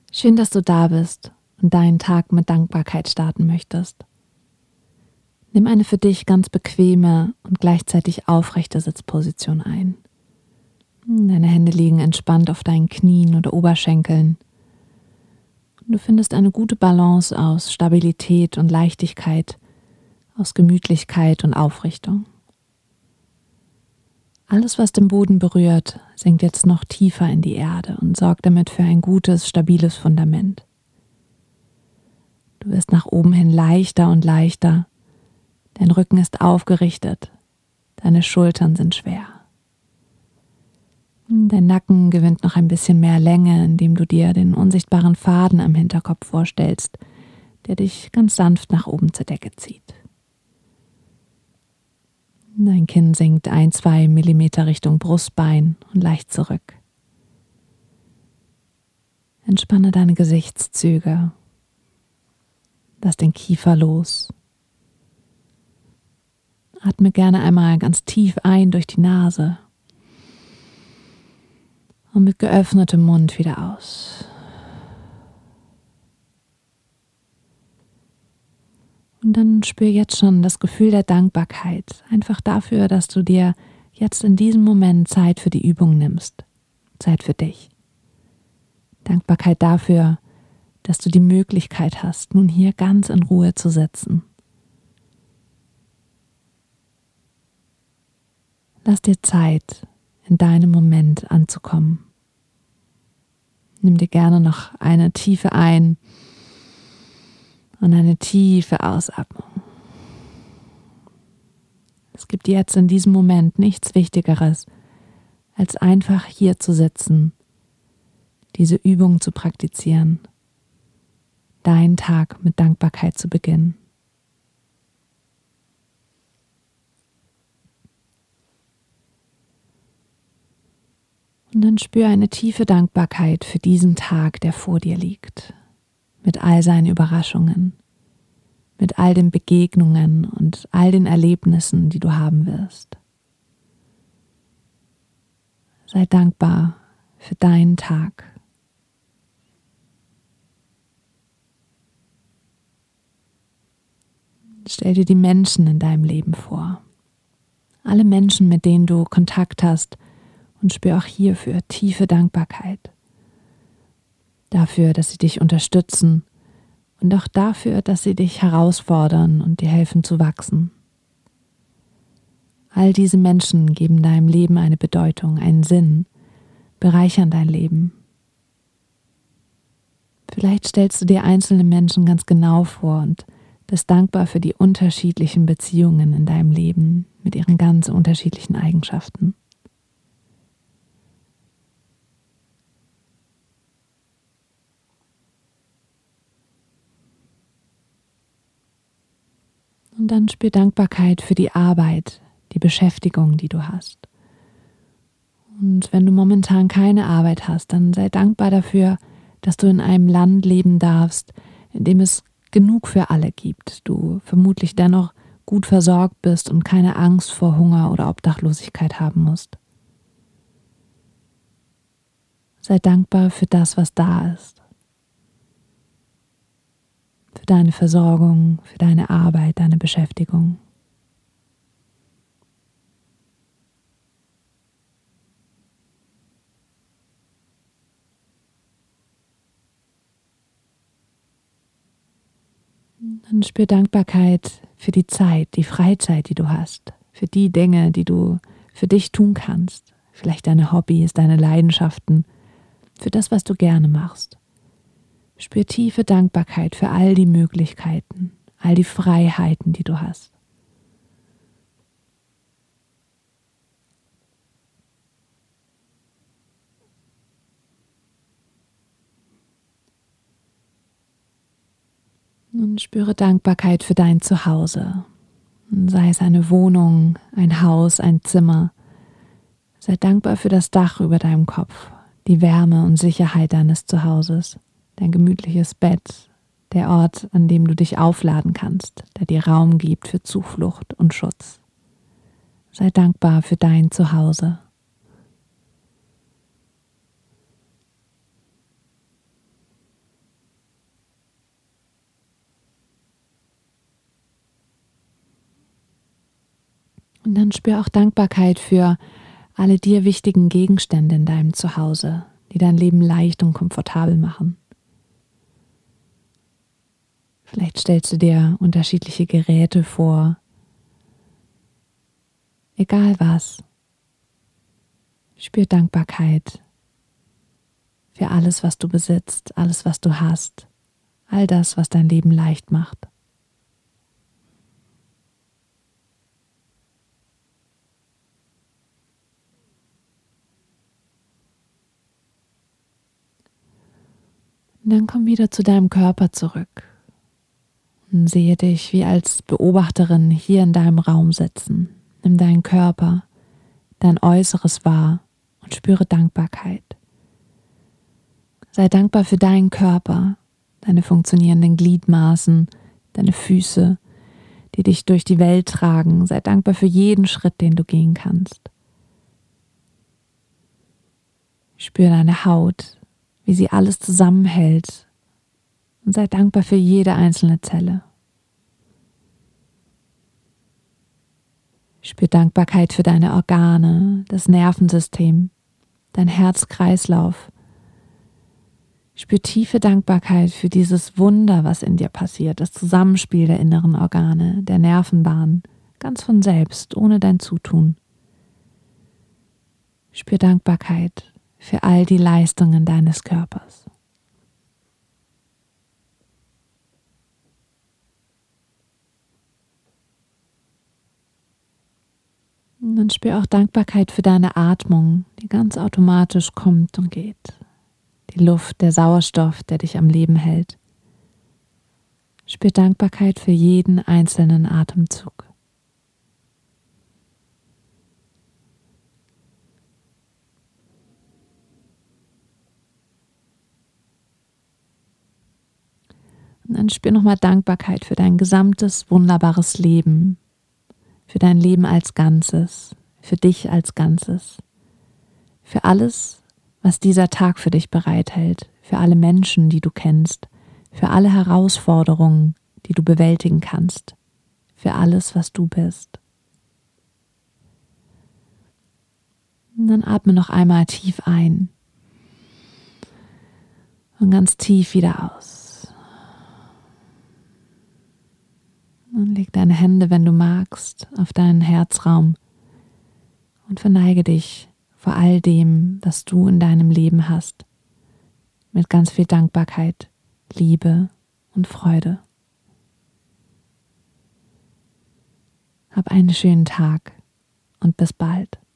Schön, dass du da bist und deinen Tag mit Dankbarkeit starten möchtest. Nimm eine für dich ganz bequeme und gleichzeitig aufrechte Sitzposition ein. Deine Hände liegen entspannt auf deinen Knien oder Oberschenkeln. Du findest eine gute Balance aus Stabilität und Leichtigkeit, aus Gemütlichkeit und Aufrichtung. Alles, was den Boden berührt, sinkt jetzt noch tiefer in die Erde und sorgt damit für ein gutes, stabiles Fundament. Du wirst nach oben hin leichter und leichter. Dein Rücken ist aufgerichtet. Deine Schultern sind schwer. Dein Nacken gewinnt noch ein bisschen mehr Länge, indem du dir den unsichtbaren Faden am Hinterkopf vorstellst, der dich ganz sanft nach oben zur Decke zieht. Dein Kinn sinkt 1-2 Millimeter Richtung Brustbein und leicht zurück. Entspanne deine Gesichtszüge. Lass den Kiefer los. Atme gerne einmal ganz tief ein durch die Nase und mit geöffnetem Mund wieder aus. Und dann spür jetzt schon das Gefühl der Dankbarkeit, einfach dafür, dass du dir jetzt in diesem Moment Zeit für die Übung nimmst, Zeit für dich. Dankbarkeit dafür, dass du die Möglichkeit hast, nun hier ganz in Ruhe zu sitzen. Lass dir Zeit, in deinem Moment anzukommen. Nimm dir gerne noch eine tiefe Ein- und eine tiefe Ausatmung. Es gibt jetzt in diesem Moment nichts Wichtigeres, als einfach hier zu sitzen, diese Übung zu praktizieren, deinen Tag mit Dankbarkeit zu beginnen. Und dann spür eine tiefe Dankbarkeit für diesen Tag, der vor dir liegt, mit all seinen Überraschungen, mit all den Begegnungen und all den Erlebnissen, die du haben wirst. Sei dankbar für deinen Tag. Stell dir die Menschen in deinem Leben vor. Alle Menschen, mit denen du Kontakt hast, und spür auch hierfür tiefe Dankbarkeit. Dafür, dass sie dich unterstützen und auch dafür, dass sie dich herausfordern und dir helfen zu wachsen. All diese Menschen geben deinem Leben eine Bedeutung, einen Sinn, bereichern dein Leben. Vielleicht stellst du dir einzelne Menschen ganz genau vor und bist dankbar für die unterschiedlichen Beziehungen in deinem Leben mit ihren ganz unterschiedlichen Eigenschaften. Und dann spür Dankbarkeit für die Arbeit, die Beschäftigung, die du hast. Und wenn du momentan keine Arbeit hast, dann sei dankbar dafür, dass du in einem Land leben darfst, in dem es genug für alle gibt. Du vermutlich dennoch gut versorgt bist und keine Angst vor Hunger oder Obdachlosigkeit haben musst. Sei dankbar für das, was da ist. Für deine Versorgung, für deine Arbeit, deine Beschäftigung. Dann spür Dankbarkeit für die Zeit, die Freizeit, die du hast, für die Dinge, die du für dich tun kannst. Vielleicht deine Hobbys, deine Leidenschaften, für das, was du gerne machst. Spür tiefe Dankbarkeit für all die Möglichkeiten, all die Freiheiten, die du hast. Und spüre Dankbarkeit für dein Zuhause. Sei es eine Wohnung, ein Haus, ein Zimmer. Sei dankbar für das Dach über deinem Kopf, die Wärme und Sicherheit deines Zuhauses, dein gemütliches Bett, der Ort, an dem du dich aufladen kannst, der dir Raum gibt für Zuflucht und Schutz. Sei dankbar für dein Zuhause. Und dann spür auch Dankbarkeit für alle dir wichtigen Gegenstände in deinem Zuhause, die dein Leben leicht und komfortabel machen. Vielleicht stellst du dir unterschiedliche Geräte vor. Egal was. Spür Dankbarkeit für alles, was du besitzt, alles, was du hast, all das, was dein Leben leicht macht. Und dann komm wieder zu deinem Körper zurück und sehe dich wie als Beobachterin hier in deinem Raum sitzen. Nimm deinen Körper, dein Äußeres wahr und spüre Dankbarkeit. Sei dankbar für deinen Körper, deine funktionierenden Gliedmaßen, deine Füße, die dich durch die Welt tragen. Sei dankbar für jeden Schritt, den du gehen kannst. Spür deine Haut, wie sie alles zusammenhält, und sei dankbar für jede einzelne Zelle. Spür Dankbarkeit für deine Organe, das Nervensystem, dein Herz-Kreislauf. Spür tiefe Dankbarkeit für dieses Wunder, was in dir passiert, das Zusammenspiel der inneren Organe, der Nervenbahn, ganz von selbst, ohne dein Zutun. Spür Dankbarkeit für all die Leistungen deines Körpers. Und dann spür auch Dankbarkeit für deine Atmung, die ganz automatisch kommt und geht. Die Luft, der Sauerstoff, der dich am Leben hält. Spür Dankbarkeit für jeden einzelnen Atemzug. Und dann spür nochmal Dankbarkeit für dein gesamtes, wunderbares Leben, für dein Leben als Ganzes, für dich als Ganzes, für alles, was dieser Tag für dich bereithält, für alle Menschen, die du kennst, für alle Herausforderungen, die du bewältigen kannst, für alles, was du bist. Und dann atme noch einmal tief ein und ganz tief wieder aus. Und leg deine Hände, wenn du magst, auf deinen Herzraum und verneige dich vor all dem, was du in deinem Leben hast, mit ganz viel Dankbarkeit, Liebe und Freude. Hab einen schönen Tag und bis bald.